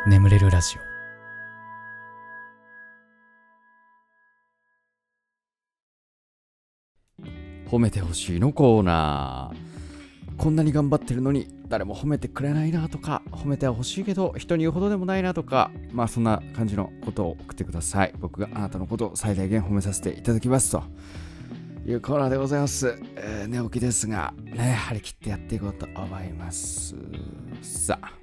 眠れるラジオ。褒めてほしいのコーナー。こんなに頑張ってるのに誰も褒めてくれないなとか、褒めてはほしいけど人に言うほどでもないなとか、そんな感じのことを送ってください。僕があなたのことを最大限褒めさせていただきますというコーナーでございます。寝起きですがね、張り切ってやっていこうと思います。さあ、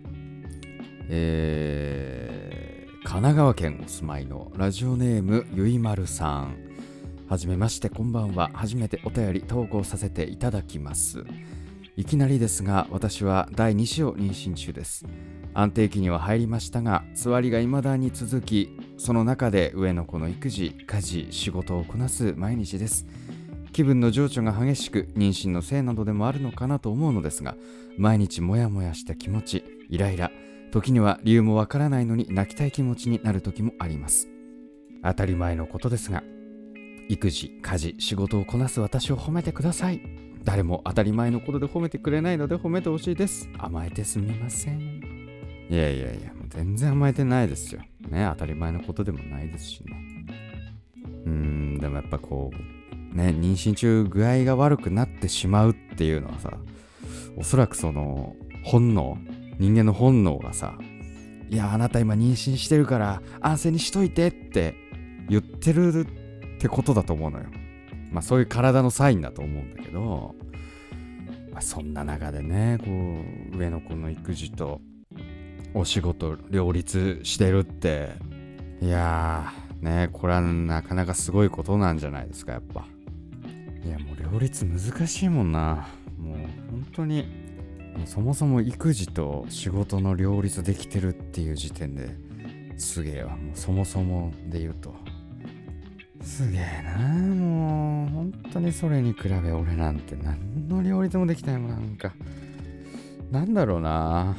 神奈川県お住まいのラジオネームゆいまるさん、はじめまして、こんばんは。初めてお便り投稿させていただきます。いきなりですが、私は第2子を妊娠中です。安定期には入りましたが、つわりが未だに続き、その中で上の子の育児、家事、仕事をこなす毎日です。気分の情緒が激しく、妊娠のせいなどでもあるのかなと思うのですが、毎日モヤモヤした気持ち、イライラ、時には理由もわからないのに泣きたい気持ちになる時もあります。当たり前のことですが、育児、家事、仕事をこなす私を褒めてください。誰も当たり前のことで褒めてくれないので褒めてほしいです。甘えてすみません。いや、もう全然甘えてないですよ。ね、当たり前のことでもないですしね。でもやっぱこう、ね、妊娠中具合が悪くなってしまうっていうのはさ、おそらくその本能、人間の本能がさ、いやあなた今妊娠してるから安静にしといてって言ってるってことだと思うのよ。そういう体のサインだと思うんだけど、そんな中でね、こう上の子の育児とお仕事両立してるって、いやーね、これはなかなかすごいことなんじゃないですか。やっぱいや、もう両立難しいもんな。もう本当にそもそも育児と仕事の両立できてるっていう時点ですげえわ。もうそもそもで言うとすげえな。もう本当にそれに比べ俺なんて何の両立もできないもん。なんだろうな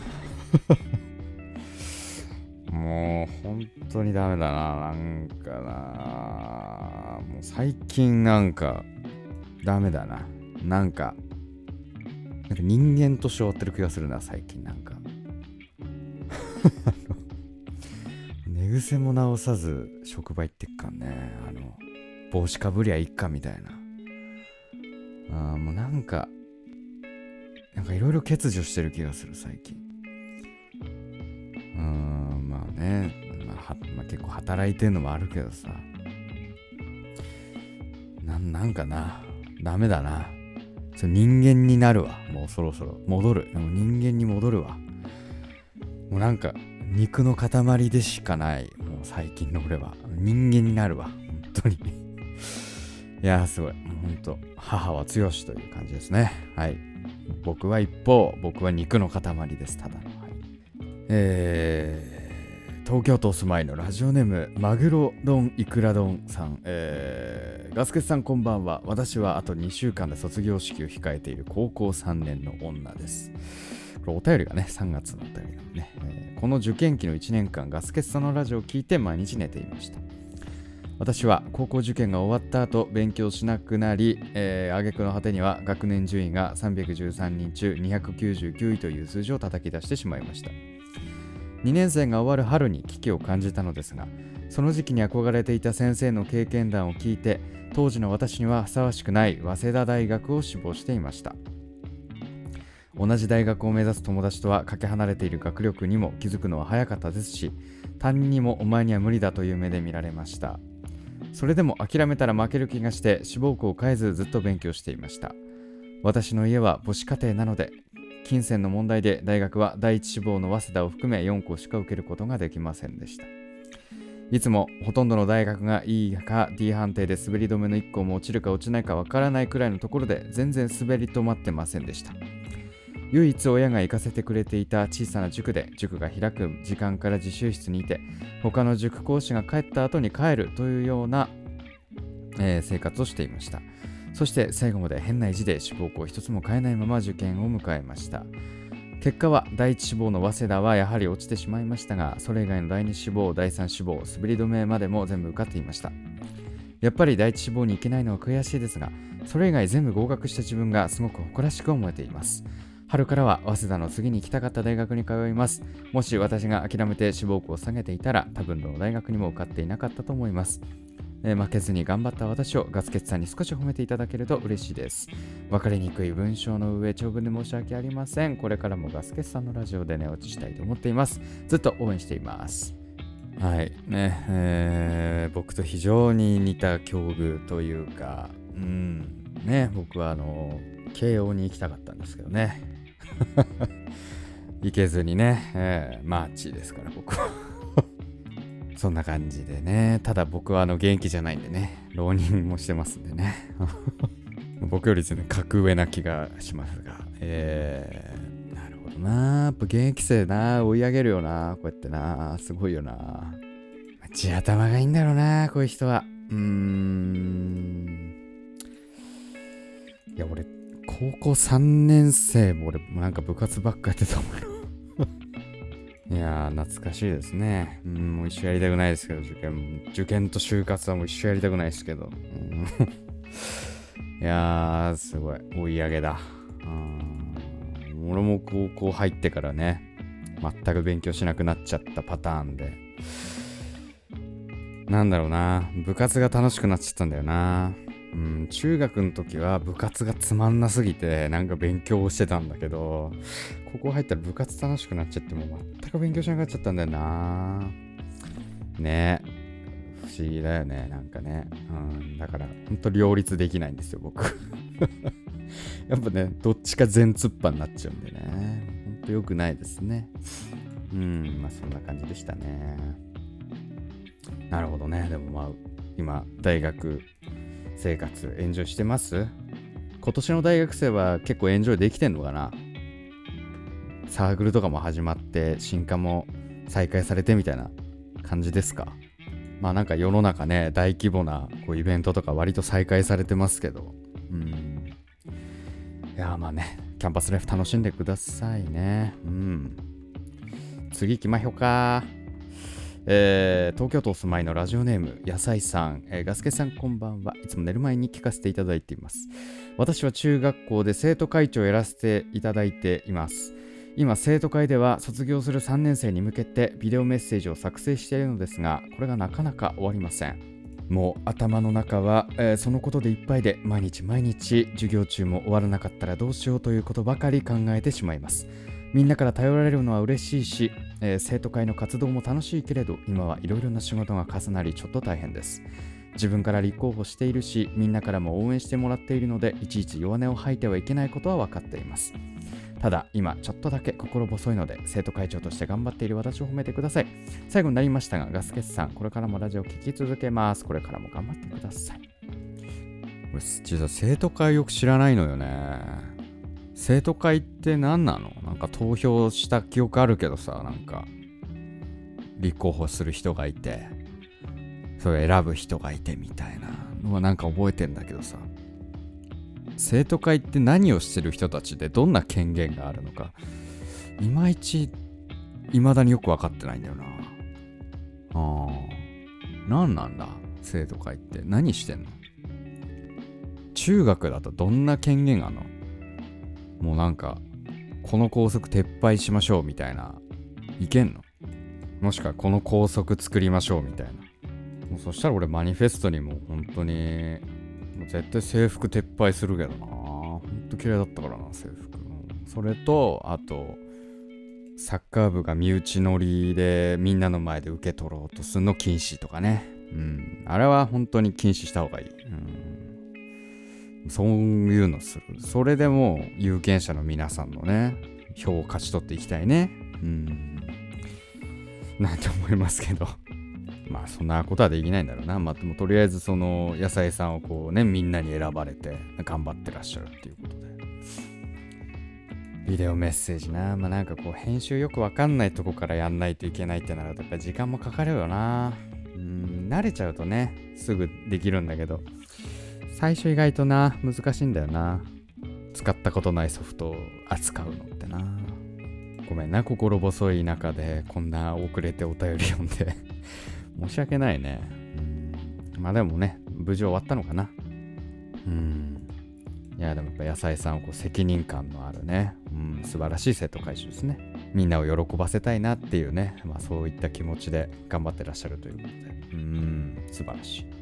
もう本当にダメだな。もう最近ダメだな。なんか人間として終わってる気がするな、最近。寝癖も直さず職場行ってっかんね。帽子かぶりゃいっかみたいな。もういろいろ欠如してる気がする最近。結構働いてんのもあるけどさ、ダメだな。人間になるわ。もうそろそろ戻る。人間に戻るわ。もう肉の塊でしかない。もう最近の俺は人間になるわ。本当に。いやーすごい。もう本当母は強しという感じですね。はい。僕は肉の塊です。ただの。はい。東京都お住まいのラジオネームマグロ丼イクラ丼さん、ガスケツさんこんばんは。私はあと2週間で卒業式を控えている高校3年の女です。これお便りがね、3月のお便りなのね、この受験期の1年間ガスケツさんのラジオを聞いて毎日寝ていました。私は高校受験が終わった後勉強しなくなり、挙句の果てには学年順位が313人中299位という数字を叩き出してしまいました。2年生が終わる春に危機を感じたのですが、その時期に憧れていた先生の経験談を聞いて、当時の私にはふさわしくない早稲田大学を志望していました。同じ大学を目指す友達とはかけ離れている学力にも気づくのは早かったですし、担任にもお前には無理だという目で見られました。それでも諦めたら負ける気がして志望校を変えずずっと勉強していました。私の家は母子家庭なので、金銭の問題で大学は第一志望の早稲田を含め4校しか受けることができませんでした。いつもほとんどの大学が E か D 判定で滑り止めの1校も落ちるか落ちないかわからないくらいのところで全然滑り止まってませんでした。唯一親が行かせてくれていた小さな塾で、塾が開く時間から自習室にいて、他の塾講師が帰った後に帰るというような、生活をしていました。そして最後まで変な意地で志望校を一つも変えないまま受験を迎えました。結果は第一志望の早稲田はやはり落ちてしまいましたが、それ以外の第二志望、第三志望、滑り止めまでも全部受かっていました。やっぱり第一志望に行けないのは悔しいですが、それ以外全部合格した自分がすごく誇らしく思えています。 春からは早稲田の次に行きたかった大学に通います。もし私が諦めて志望校を下げていたら、多分どの大学にも受かっていなかったと思います。負けずに頑張った私をガスケツさんに少し褒めていただけると嬉しいです。分かりにくい文章の上、長文で申し訳ありません。これからもガスケツさんのラジオで寝落ちしたいと思っています。ずっと応援しています。はいね、僕と非常に似た境遇というか、僕は慶応に行きたかったんですけどね。行けずにね、マーチですから僕は。そんな感じでね。ただ僕は現役じゃないんでね、浪人もしてますんでね。僕より全然格上な気がしますが、なるほどな。やっぱ現役生な、追い上げるよな、こうやってな、すごいよな。地頭がいいんだろうな、こういう人は。いや、俺、高校3年生も俺、なんか部活ばっかやってたもん。いやー、懐かしいですね。もう一緒やりたくないですけど、受験と就活はもう一緒やりたくないですけど。いやー、すごい。追い上げだ。俺も高校入ってからね、全く勉強しなくなっちゃったパターンで。なんだろうな。部活が楽しくなっちゃったんだよな。中学の時は部活がつまんなすぎてなんか勉強をしてたんだけど、ここ入ったら部活楽しくなっちゃってもう全く勉強しなくなっちゃったんだよな。ねえ、不思議だよね、なんかね。だからほんと両立できないんですよ僕。やっぱね、どっちか全突破になっちゃうんでね、ほんと良くないですね。まあそんな感じでしたね。なるほどね。でも今大学生活エンジョイしてます？今年の大学生は結構エンジョイできてんのかな？サークルとかも始まって新刊も再開されてみたいな感じですか？なんか世の中ね、大規模なこうイベントとか割と再開されてますけど、いやね、キャンパスライフ楽しんでくださいね。次行きましょうか。東京都お住まいのラジオネーム野菜さん、ガスケさんこんばんは。いつも寝る前に聞かせていただいています。私は中学校で生徒会長をやらせていただいています。今生徒会では卒業する3年生に向けてビデオメッセージを作成しているのですが、これがなかなか終わりません。もう頭の中は、そのことでいっぱいで、毎日授業中も終わらなかったらどうしようということばかり考えてしまいます。みんなから頼られるのは嬉しいし、生徒会の活動も楽しいけれど、今はいろいろな仕事が重なりちょっと大変です。自分から立候補しているし、みんなからも応援してもらっているので、いちいち弱音を吐いてはいけないことは分かっています。ただ今ちょっとだけ心細いので、生徒会長として頑張っている私を褒めてください。最後になりましたが、ガスケツさん、これからもラジオを聞き続けます。これからも頑張ってください。俺実は生徒会よく知らないのよね。生徒会って何なの？なんか投票した記憶あるけどさ、なんか立候補する人がいて、それ選ぶ人がいてみたいなのはなんか覚えてんだけどさ、生徒会って何をしてる人たちでどんな権限があるのか、いまだによく分かってないんだよな。何なんだ生徒会って何してんの？中学だとどんな権限あんの？もうなんかこの校則撤廃しましょうみたいな、いけんの？もしくはこの校則作りましょうみたいな。もうそしたら俺マニフェストにも本当にもう絶対制服撤廃するけどな。ほんと嫌いだったからな制服。それとあとサッカー部が身内乗りでみんなの前で受け取ろうとするの禁止とかね。あれは本当に禁止した方がいい。そういうのする。それでもう有権者の皆さんのね、票を勝ち取っていきたいね。なんて思いますけど。まあそんなことはできないんだろうな。でもとりあえずその野菜さんをこうね、みんなに選ばれて頑張ってらっしゃるっていうことで。ビデオメッセージな。なんかこう編集よくわかんないとこからやんないといけないってなるとやっぱり時間もかかるよな。慣れちゃうとね、すぐできるんだけど。最初意外とな、難しいんだよな。使ったことないソフトを扱うのってな。ごめんな、心細い中でこんな遅れてお便り読んで申し訳ないね。でもね、無事終わったのかな。いいやでもやっぱ野菜さんは責任感のあるね、素晴らしい生徒会長ですね。みんなを喜ばせたいなっていうね、そういった気持ちで頑張ってらっしゃるということで、素晴らしい。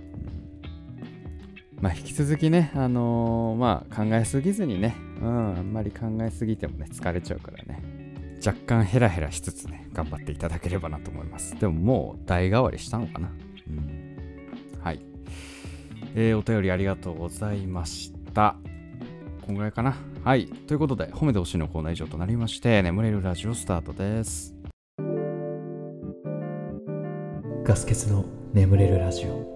引き続きね、考えすぎずにね、あんまり考えすぎてもね、疲れちゃうからね、若干ヘラヘラしつつね、頑張っていただければなと思います。でももう代替わりしたのかな。はい。お便りありがとうございました。こんぐらいかな。はい。ということで、褒めてほしいのコーナー以上となりまして、眠れるラジオスタートです。 ガス欠の眠れるラジオ。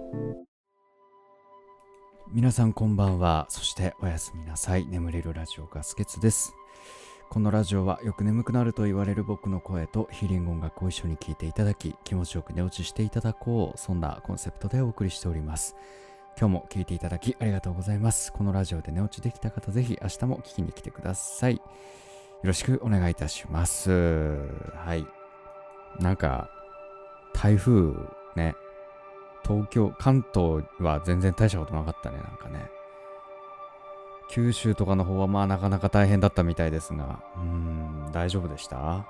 皆さんこんばんは。そしておやすみなさい。眠れるラジオガス欠です。このラジオはよく眠くなると言われる僕の声とヒーリング音楽を一緒に聴いていただき、気持ちよく寝落ちしていただこう、そんなコンセプトでお送りしております。今日も聴いていただきありがとうございます。このラジオで寝落ちできた方、ぜひ明日も聞きに来てください。よろしくお願いいたします。はい。なんか台風ね、東京、関東は全然大したことなかったね。なんかね、九州とかの方はなかなか大変だったみたいですが、大丈夫でした？と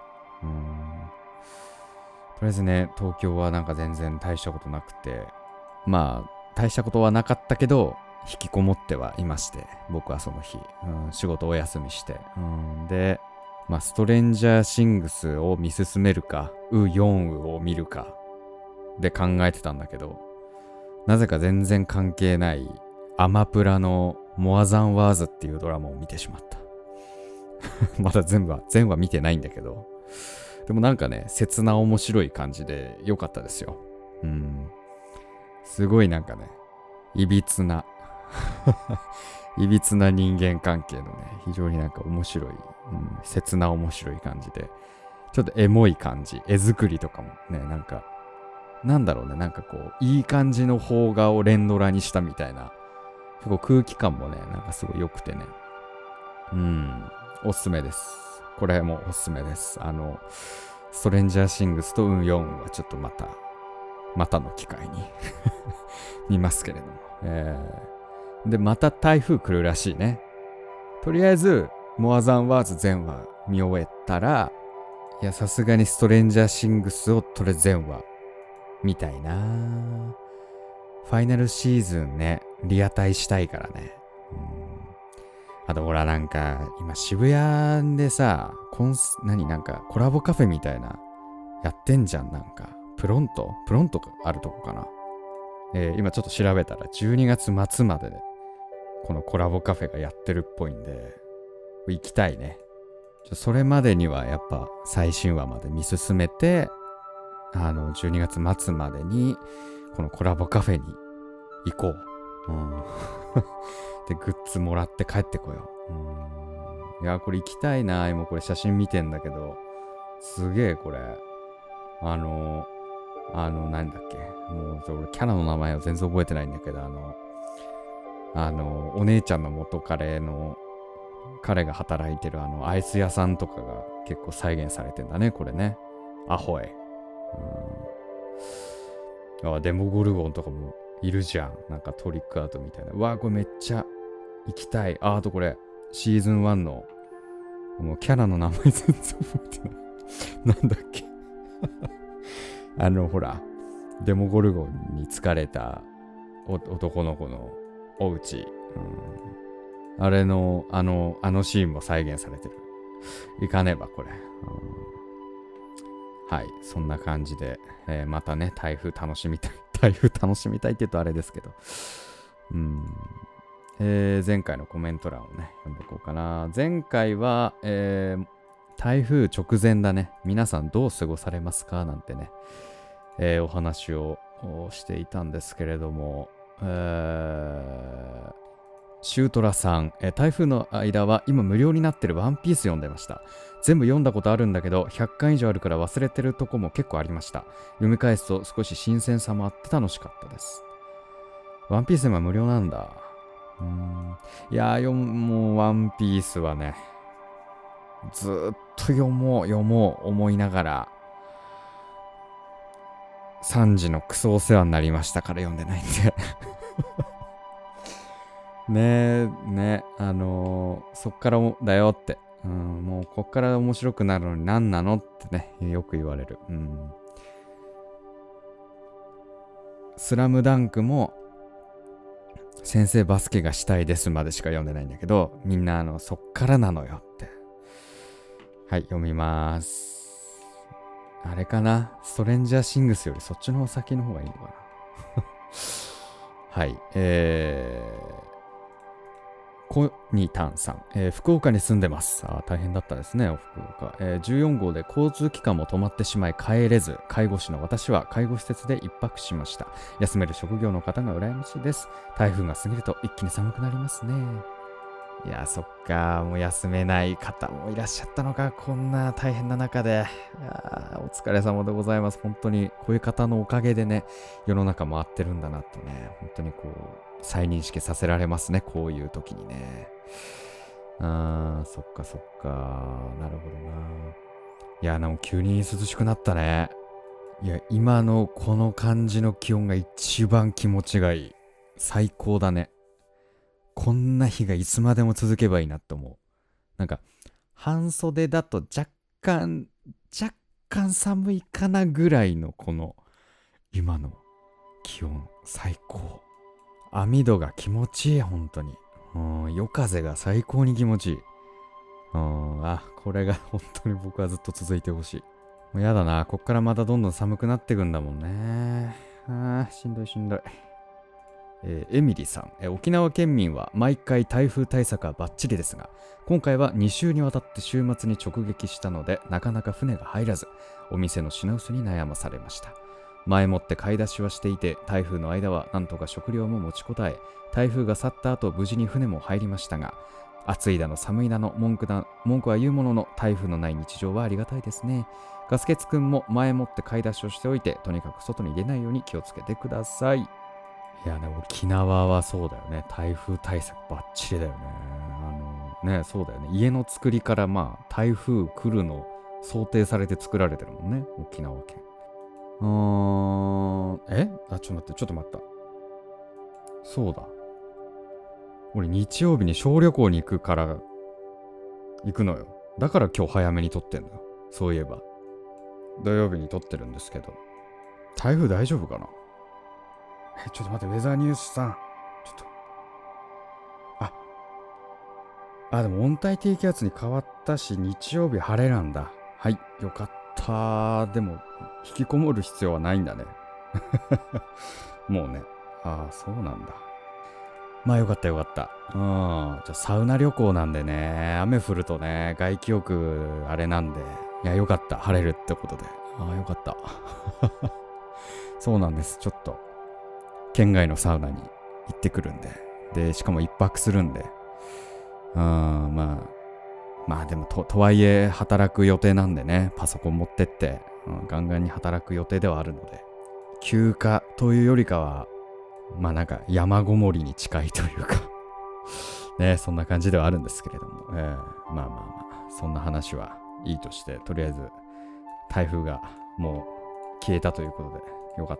りあえずね、東京はなんか全然大したことなくて、大したことはなかったけど引きこもってはいまして、僕はその日、仕事お休みして、で、ストレンジャーシングスを見進めるか、4を見るかで考えてたんだけど、なぜか全然関係ないアマプラのモアザンワーズっていうドラマを見てしまったまだ全話見てないんだけど、でもなんかね、切な面白い感じで良かったですよ。すごいなんかね、いびつな人間関係のね、非常になんか面白い、切な面白い感じで、ちょっとエモい感じ、絵作りとかもね、なんだろうね、なんかこういい感じの邦画を連ドラにしたみたいな、結構空気感もね、なんかすごい良くてね、おすすめです。これもおすすめです。ストレンジャーシングスと4はちょっとまたの機会に見ますけれども、でまた台風来るらしいね。とりあえずモアザンワーズ全話見終えたら、いやさすがにストレンジャーシングスをとりあえず全話みたいな。ファイナルシーズンね、リアタイしたいからね。あとほら、なんか今渋谷でさ、なんかコラボカフェみたいなやってんじゃん。なんかプロントがあるとこかな。今ちょっと調べたら12月末まででこのコラボカフェがやってるっぽいんで、行きたいね。それまでにはやっぱ最新話まで見進めて、12月末までにこのコラボカフェに行こう。で、グッズもらって帰ってこよう。いや、これ行きたいな。今これ写真見てんだけど、すげえこれ。なんだっけ。もう、俺キャラの名前を全然覚えてないんだけど、お姉ちゃんの元彼が働いてるアイス屋さんとかが結構再現されてんだね、これね。アホエ。デモゴルゴンとかもいるじゃん。なんかトリックアートみたいな。うわー、これめっちゃ行きたい。あとこれ、シーズン1の、もうキャラの名前全然覚えてない。なんだっけ。ほら、デモゴルゴンに疲れた男の子のお家。あれの、あのシーンも再現されてる。いかねば、これ。はい、そんな感じで、またね、台風楽しみたいって言うとあれですけど、前回のコメント欄をね、読んでいこうかな。前回は、台風直前だね。皆さんどう過ごされますかなんてね、お話をしていたんですけれども、シュートラさん、台風の間は今無料になってるワンピース読んでました。全部読んだことあるんだけど、100巻以上あるから忘れてるとこも結構ありました。読み返すと少し新鮮さもあって楽しかったです。ワンピース今無料なんだ。いやー、もうワンピースはね、ずーっと読もう思いながら、3時のクソお世話になりましたから読んでないんでそっからだよって、もうこっから面白くなるのに何なのってね、よく言われる。スラムダンクも先生バスケがしたいですまでしか読んでないんだけど、みんなそっからなのよって。はい、読みます。あれかな、ストレンジャーシングスよりそっちの先の方がいいのかな。はい、コニタンさん、福岡に住んでます。大変だったですね、福岡。14号で交通機関も止まってしまい帰れず、介護士の私は介護施設で一泊しました。休める職業の方が羨ましいです。台風が過ぎると一気に寒くなりますね。いや、そっか、もう休めない方もいらっしゃったのか、こんな大変な中で。いや、お疲れ様でございます。本当にこういう方のおかげでね、世の中回ってるんだなとね、本当にこう再認識させられますね、こういう時にね。そっかそっか、なるほどな。いや、なんか急に涼しくなったね。いや、今のこの感じの気温が一番気持ちがいい。最高だね。こんな日がいつまでも続けばいいなと思う。なんか半袖だと若干寒いかなぐらいのこの今の気温最高。網戸が気持ちいい、本当に。夜風が最高に気持ちいい。これが本当に僕はずっと続いてほしい。もうやだな、こっからまたどんどん寒くなってくんだもんね。しんどい。エミリさん、沖縄県民は毎回台風対策はバッチリですが、今回は2週にわたって週末に直撃したのでなかなか船が入らず、お店の品薄に悩まされました。前もって買い出しはしていて、台風の間はなんとか食料も持ちこたえ、台風が去った後無事に船も入りましたが、暑いだの寒いだの文句は言うものの、台風のない日常はありがたいですね。ガスケツくんも前もって買い出しをしておいて、とにかく外に出ないように気をつけてください。いやね、沖縄はそうだよね。台風対策バッチリだよね。そうだよね。家の作りから台風来るの想定されて作られてるもんね、沖縄県。ちょっと待った。そうだ。俺日曜日に小旅行に行くから行くのよ。だから今日早めに撮ってんのよ。そういえば。土曜日に撮ってるんですけど。台風大丈夫かな？ちょっと待って、ウェザーニュースさん。でも温帯低気圧に変わったし、日曜日晴れなんだ。はい、よかった。でも、引きこもる必要はないんだね。もうね。そうなんだ。よかった。じゃあ、サウナ旅行なんでね、雨降るとね、外気浴、あれなんで。いや、よかった。晴れるってことで。よかった。そうなんです。ちょっと、県外のサウナに行ってくるんで。で、しかも一泊するんで。でもとはいえ働く予定なんでね、パソコン持ってって、ガンガンに働く予定ではあるので、休暇というよりかはなんか山ごもりに近いというかね、そんな感じではあるんですけれども、そんな話はいいとして、とりあえず台風がもう消えたということでよかった。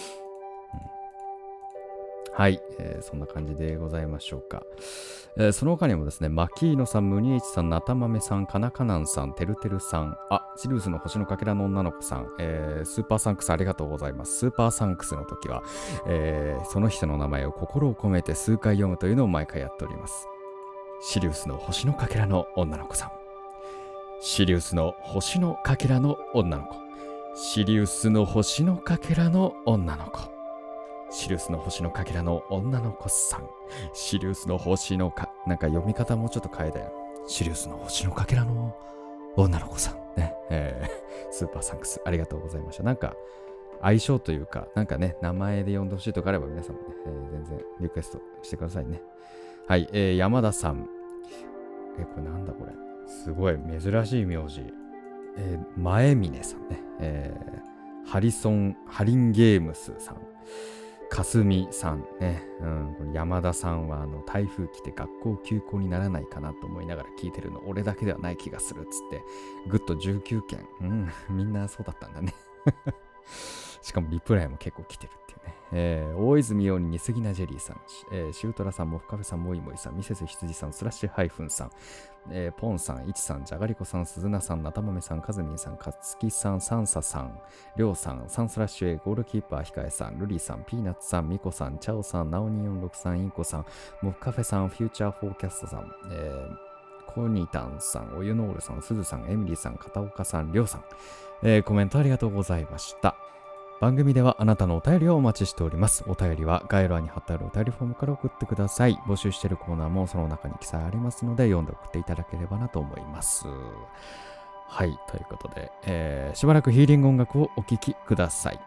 はい、そんな感じでございましょうか。その他にもですね、マキーノさん、ムニエチさん、ナタマメさん、カナカナンさん、てるてるさん、シリウスの星のかけらの女の子さん、スーパーサンクスありがとうございます。スーパーサンクスの時は、その人の名前を心を込めて数回読むというのを毎回やっております。シリウスの星のかけらの女の子さん。シリウスの星のかけらの女の子。シリウスの星のかけらの女の子。シリウスの星のかけらの女の子さん。シリウスの星のなんか読み方もちょっと変えたよ。シリウスの星のかけらの女の子さん。ね。スーパーサンクスありがとうございました。なんか相性というか、なんかね、名前で呼んでほしいとかあれば皆さんもね、全然リクエストしてくださいね。はい、山田さん。これなんだこれ。すごい珍しい名字。前峰さんね。ハリンゲームスさん。かすみさんね、この山田さんは台風来て学校休校にならないかなと思いながら聞いてるの、俺だけではない気がするっつってグッド19件、みんなそうだったんだね。しかもリプライも結構来てるっていう大泉洋に杉名ジェリーさん、シュートラさん、モフカフェさん、モイモイさん、ミセス羊さん、スラッシュハイフンさん、ポンさん、イチさん、じゃがりこさん、すずなさん、なたまめさん、かずみんさん、かつきさん、サンサさん、りょうさん、サンスラッシュ A、ゴールキーパー、ひかえさん、ルリさん、ピーナッツさん、ミコさん、チャオさん、ナオ246さん、インコさん、モフカフェさん、フューチャーフォーキャストさん、コニタンさん、おゆのーるさん、すずさん、エミリーさん、片岡さん、りょうさん、コメントありがとうございました。番組ではあなたのお便りをお待ちしております。お便りは概要欄に貼ってあるお便りフォームから送ってください。募集しているコーナーもその中に記載ありますので読んで送っていただければなと思います。はい、ということで、しばらくヒーリング音楽をお聴きください。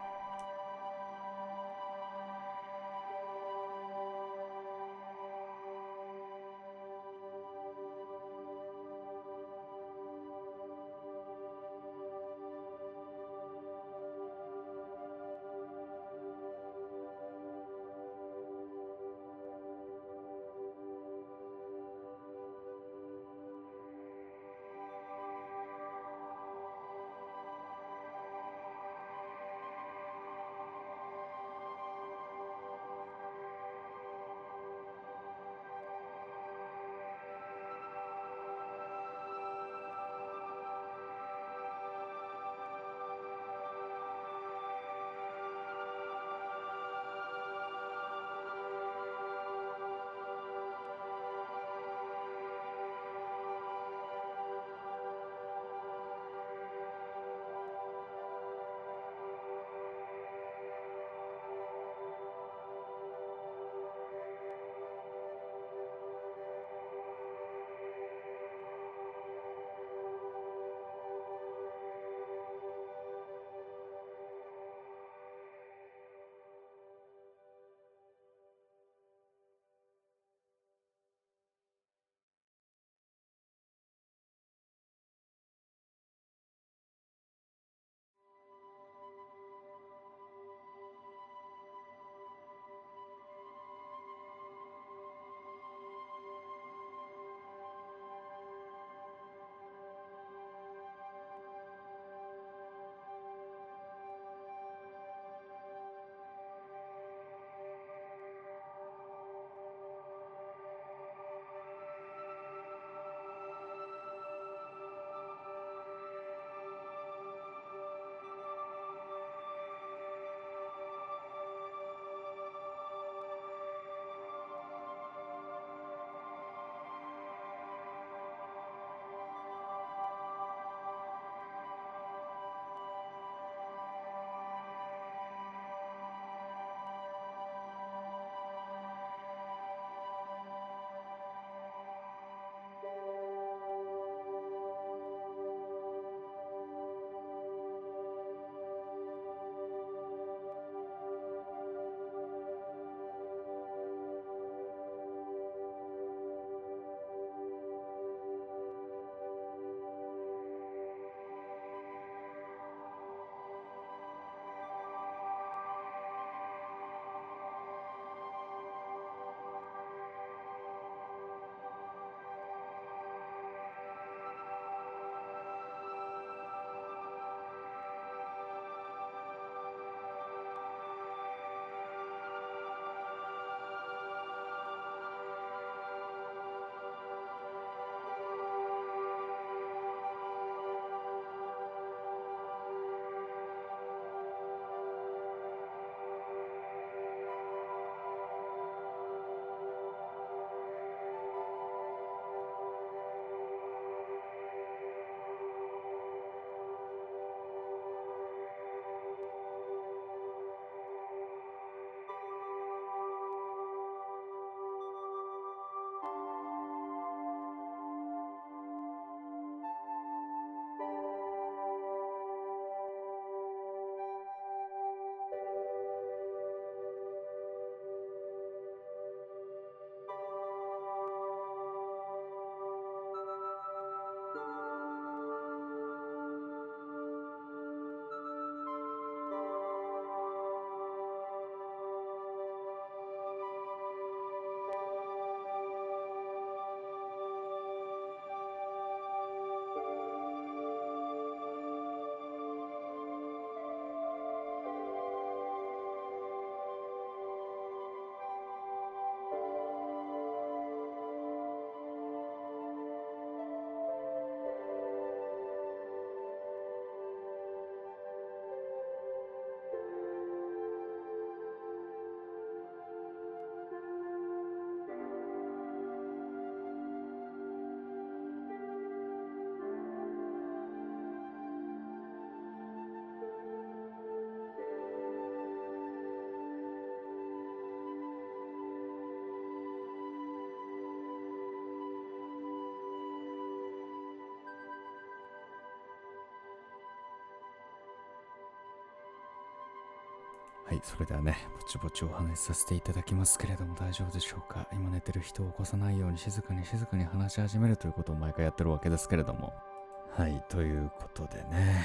はい、それではね、ぼちぼちお話しさせていただきますけれども、大丈夫でしょうか。今寝てる人を起こさないように静かに話し始めるということを毎回やってるわけですけれども。はい、ということでね、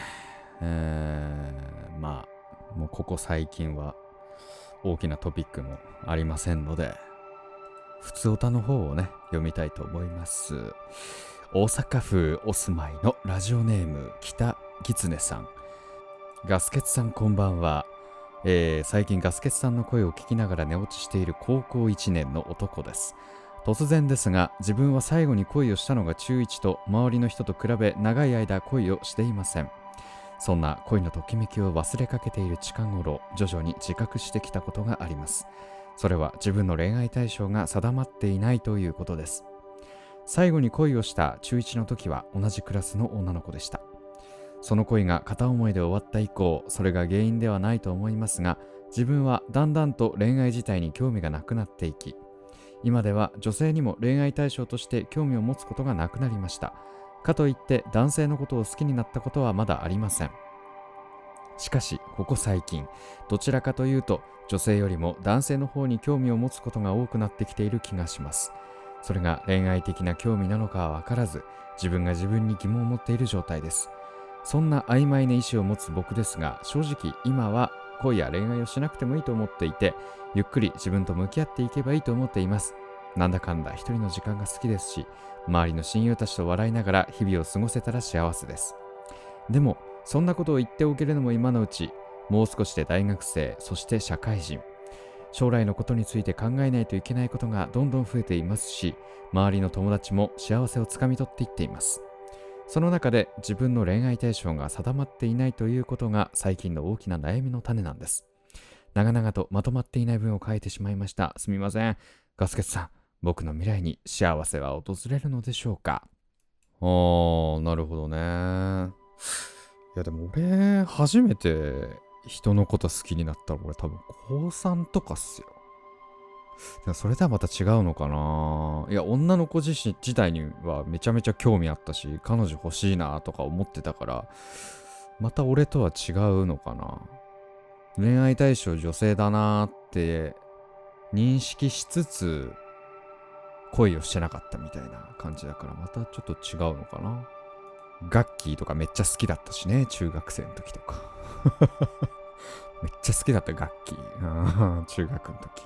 まあ、もうここ最近は大きなトピックもありませんので、普通歌の方をね、読みたいと思います。大阪府お住まいのラジオネーム北狐さん。ガスケツさんこんばんは。最近ガスケツさんの声を聞きながら寝落ちしている高校1年の男です。突然ですが、自分は最後に恋をしたのが中1と周りの人と比べ長い間恋をしていません。そんな恋のときめきを忘れかけている近頃、徐々に自覚してきたことがあります。それは自分の恋愛対象が定まっていないということです。最後に恋をした中1の時は同じクラスの女の子でした。その恋が片思いで終わった以降、それが原因ではないと思いますが、自分はだんだんと恋愛自体に興味がなくなっていき、今では女性にも恋愛対象として興味を持つことがなくなりました。かといって男性のことを好きになったことはまだありません。しかしここ最近、どちらかというと女性よりも男性の方に興味を持つことが多くなってきている気がします。それが恋愛的な興味なのかは分からず、自分が自分に疑問を持っている状態です。そんな曖昧な意志を持つ僕ですが、正直今は恋や恋愛をしなくてもいいと思っていて、ゆっくり自分と向き合っていけばいいと思っています。なんだかんだ一人の時間が好きですし、周りの親友たちと笑いながら日々を過ごせたら幸せです。でもそんなことを言っておけるのも今のうち。もう少しで大学生、そして社会人、将来のことについて考えないといけないことがどんどん増えていますし、周りの友達も幸せをつかみ取っていっています。その中で自分の恋愛対象が定まっていないということが最近の大きな悩みの種なんです。長々とまとまっていない文を書いてしまいました。すみません。ガスケツさん、僕の未来に幸せは訪れるのでしょうか。なるほどね。いやでも俺、初めて人のこと好きになったら俺多分高3とかっすよ。それとはまた違うのかな。いや、女の子自体にはめちゃめちゃ興味あったし、彼女欲しいなとか思ってたから、また俺とは違うのかな。恋愛対象女性だなって認識しつつ、恋をしてなかったみたいな感じだから、またちょっと違うのかな。ガッキーとかめっちゃ好きだったしね、中学生の時とか。めっちゃ好きだったガッキー。中学の時。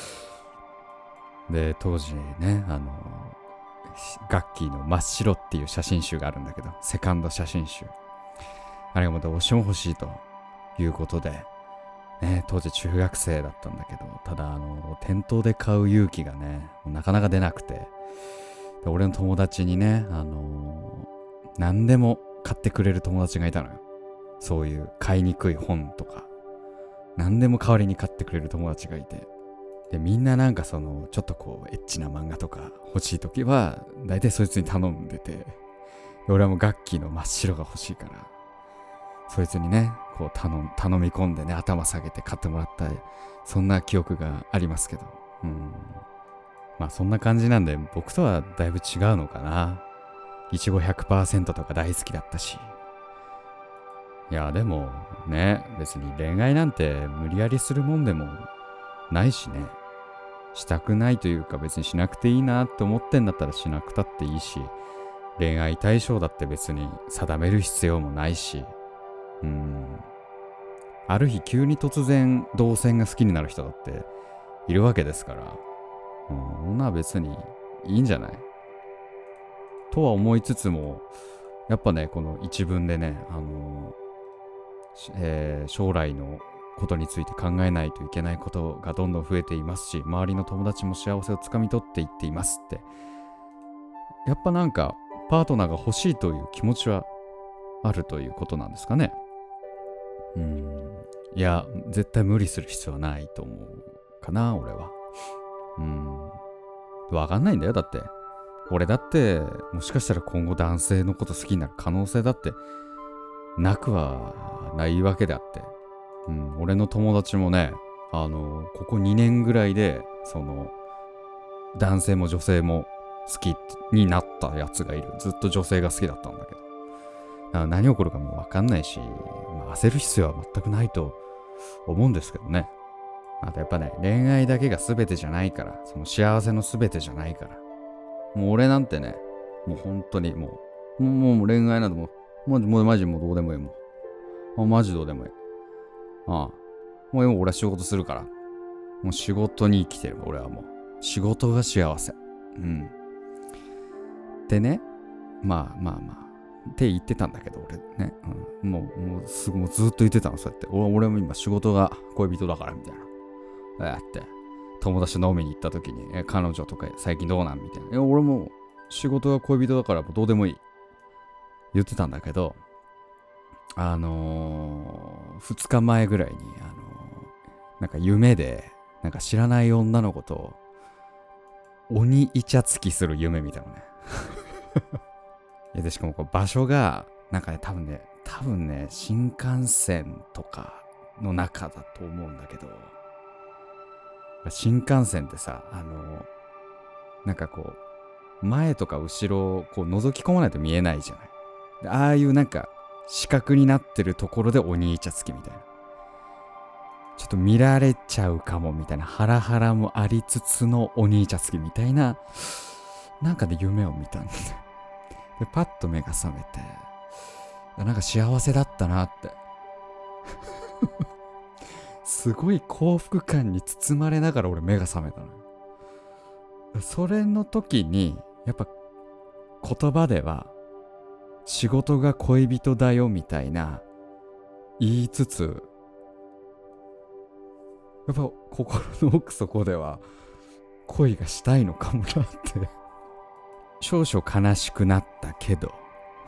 で、当時ね、ガッキーの真っ白っていう写真集があるんだけど、セカンド写真集。あれがまた推しも欲しいということで、ね、当時中学生だったんだけど、ただ店頭で買う勇気がね、なかなか出なくて、で俺の友達にね、何でも買ってくれる友達がいたのよ。そういう買いにくい本とか、何でも代わりに買ってくれる友達がいて、でみんななんかちょっとこうエッチな漫画とか欲しいときは大体そいつに頼んでて、で俺はもうガッキーの真っ白が欲しいからそいつにねこう頼み込んでね、頭下げて買ってもらった、そんな記憶がありますけど、まあそんな感じなんで、僕とはだいぶ違うのかな。いちご 100% とか大好きだったし、いやでもね、別に恋愛なんて無理やりするもんでもないしね、したくないというか別にしなくていいなって思ってんだったらしなくたっていいし、恋愛対象だって別に定める必要もないし、ある日急に突然同性が好きになる人だっているわけですから、そんな別にいいんじゃないとは思いつつも、やっぱねこの一文でね、将来のことについて考えないといけないことがどんどん増えていますし、周りの友達も幸せをつかみ取っていっていますって、やっぱなんかパートナーが欲しいという気持ちはあるということなんですかね。いや絶対無理する必要はないと思うかな、俺は。わかんないんだよ。だって俺だってもしかしたら今後男性のこと好きになる可能性だってなくはないわけであって、俺の友達もね、ここ2年ぐらいで男性も女性も好きになったやつがいる。ずっと女性が好きだったんだけど、何起こるかも分かんないし、焦る必要は全くないと思うんですけどね。あとやっぱね、恋愛だけが全てじゃないから、その幸せの全てじゃないから。もう俺なんてね、もう本当にもう恋愛などもうマジもうどうでもいいもうマジどうでもいい。ああ。もう今俺は仕事するから。もう仕事に生きてる。俺はもう。仕事が幸せ。うん。でね、まあ。って言ってたんだけど、俺ね。うん、もうずっと言ってたの、そうやって。俺も今仕事が恋人だから、みたいな。やって。友達と飲みに行った時に、彼女とか最近どうなんみたいな。俺も仕事が恋人だからどうでもいい。言ってたんだけど、2日前ぐらいに、なんか夢で、なんか知らない女の子と、鬼イチャつきする夢見たのね。いやでしかもこう場所が、なんかね、多分ね、新幹線とかの中だと思うんだけど、新幹線ってさ、なんかこう、前とか後ろをこう覗き込まないと見えないじゃない。でああいうなんか、四角になってるところで鬼イチャつきみたいな。ちょっと見られちゃうかもみたいな、ハラハラもありつつの鬼イチャつきみたいな、なんかで夢を見たんだよ。で、パッと目が覚めて、なんか幸せだったなって。すごい幸福感に包まれながら俺目が覚めたのよ。それの時に、やっぱ言葉では、仕事が恋人だよみたいな言いつつ、やっぱ心の奥底では恋がしたいのかもなって少々悲しくなったけど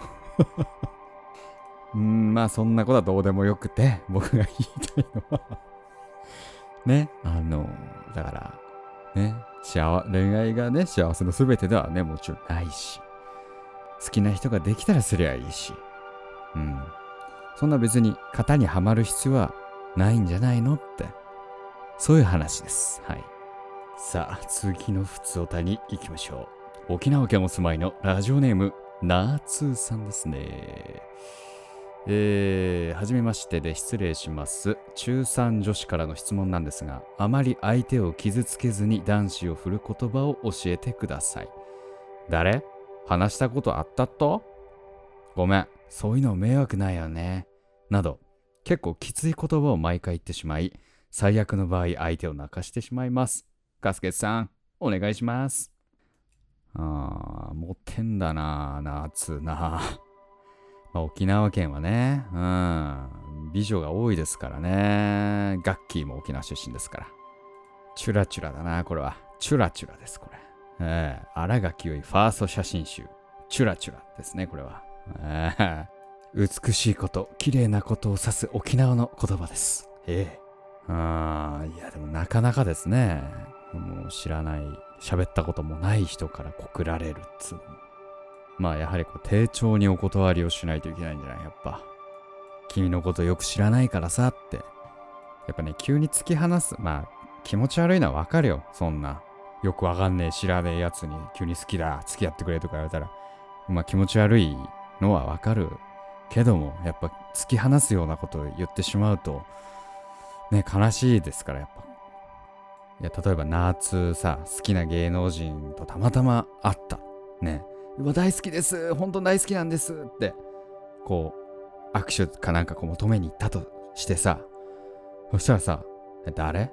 まあそんなことはどうでもよくて、僕が言いたいのはね、だからね、恋愛がね幸せの全てではねもちろんないし、好きな人ができたらすりゃいいし、そんな別に型にはまる必要はないんじゃないのって、そういう話です。はい。さあ、次のふつおたに行きましょう。沖縄県お住まいのラジオネーム、なーつーさんですね。はじめましてで失礼します。中3女子からの質問なんですが、あまり相手を傷つけずに男子を振る言葉を教えてください。誰？話したことあったと？ごめん、そういうの迷惑ないよね。など、結構きつい言葉を毎回言ってしまい、最悪の場合相手を泣かしてしまいます。ガスケツさん、お願いします。モテんだな、夏な。沖縄県はね、美女が多いですからね。ガッキーも沖縄出身ですから。チュラチュラだな、これは。チュラチュラです、これ。新垣結衣ファースト写真集。チュラチュラですね、これは。美しいこと、綺麗なことを指す沖縄の言葉です。いやでもなかなかですね。もう知らない、喋ったこともない人から告られるっつうの。まあやはりこう丁重にお断りをしないといけないんじゃない？やっぱ。君のことよく知らないからさって。やっぱね、急に突き放す。まあ気持ち悪いのはわかるよ。そんな。よくわかんねえ知らねえやつに急に好きだ、付き合ってくれとか言われたら。まあ気持ち悪いのはわかるけども、やっぱ突き放すようなことを言ってしまうと、ね、悲しいですから、やっぱ。いや、例えば夏さ、好きな芸能人とたまたま会った。ね。うわ、大好きです。本当に大好きなんです。って、こう、握手かなんかこう求めに行ったとしてさ、そしたらさ、誰？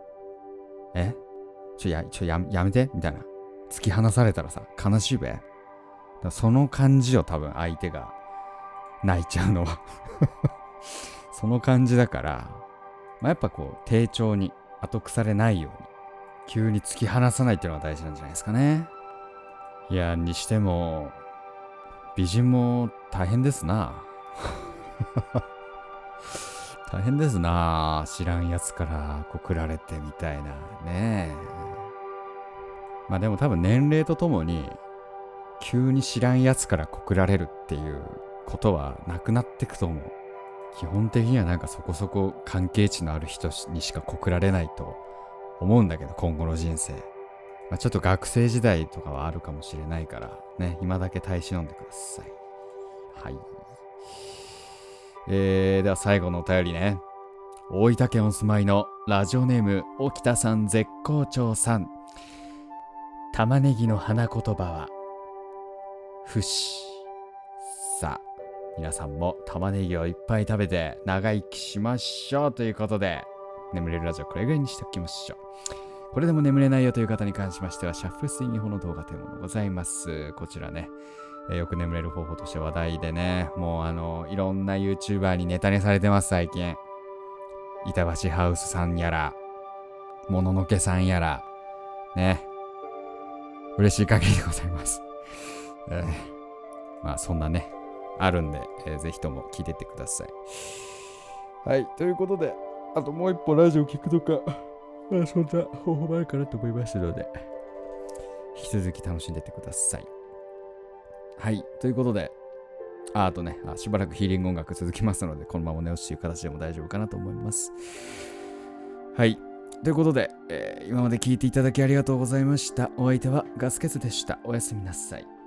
やめてみたいな。突き放されたらさ、悲しいべ。だその感じを多分相手が泣いちゃうのは。その感じだから、やっぱこう、丁重に後腐れないように、急に突き放さないっていうのが大事なんじゃないですかね。いや、にしても、美人も大変ですな。大変ですな。知らんやつから告られてみたいなね。まあでも多分年齢とともに、急に知らんやつから告られるっていうことはなくなってくと思う。基本的にはなんかそこそこ関係値のある人にしか告られないと思うんだけど、今後の人生。ちょっと学生時代とかはあるかもしれないから、ね、今だけ耐え忍んでください。はい。では最後のお便りね。 大分県お住まいのラジオネーム沖田さん絶好調さん。玉ねぎの花言葉は不死。さあ皆さんも玉ねぎをいっぱい食べて長生きしましょうということで、眠れるラジオこれぐらいにしておきましょう。これでも眠れないよという方に関しましてはシャッフル睡眠法の動画というものございます。こちらね、よく眠れる方法として話題でね、もういろんな YouTuber にネタにされてます最近。板橋ハウスさんやらもののけさんやらね、嬉しい限りでございます。まあそんなねあるんで、ぜひとも聞いてってください。はい、ということで、あともう一本ラジオ聞くとか、そんな方法もあるかなと思いますので、引き続き楽しんでってください。はい、ということで、あとね、しばらくヒーリング音楽続きますので、このまま寝落ちという形でも大丈夫かなと思います。はい、ということで、今まで聞いていただきありがとうございました。お相手はガスケツでした。おやすみなさい。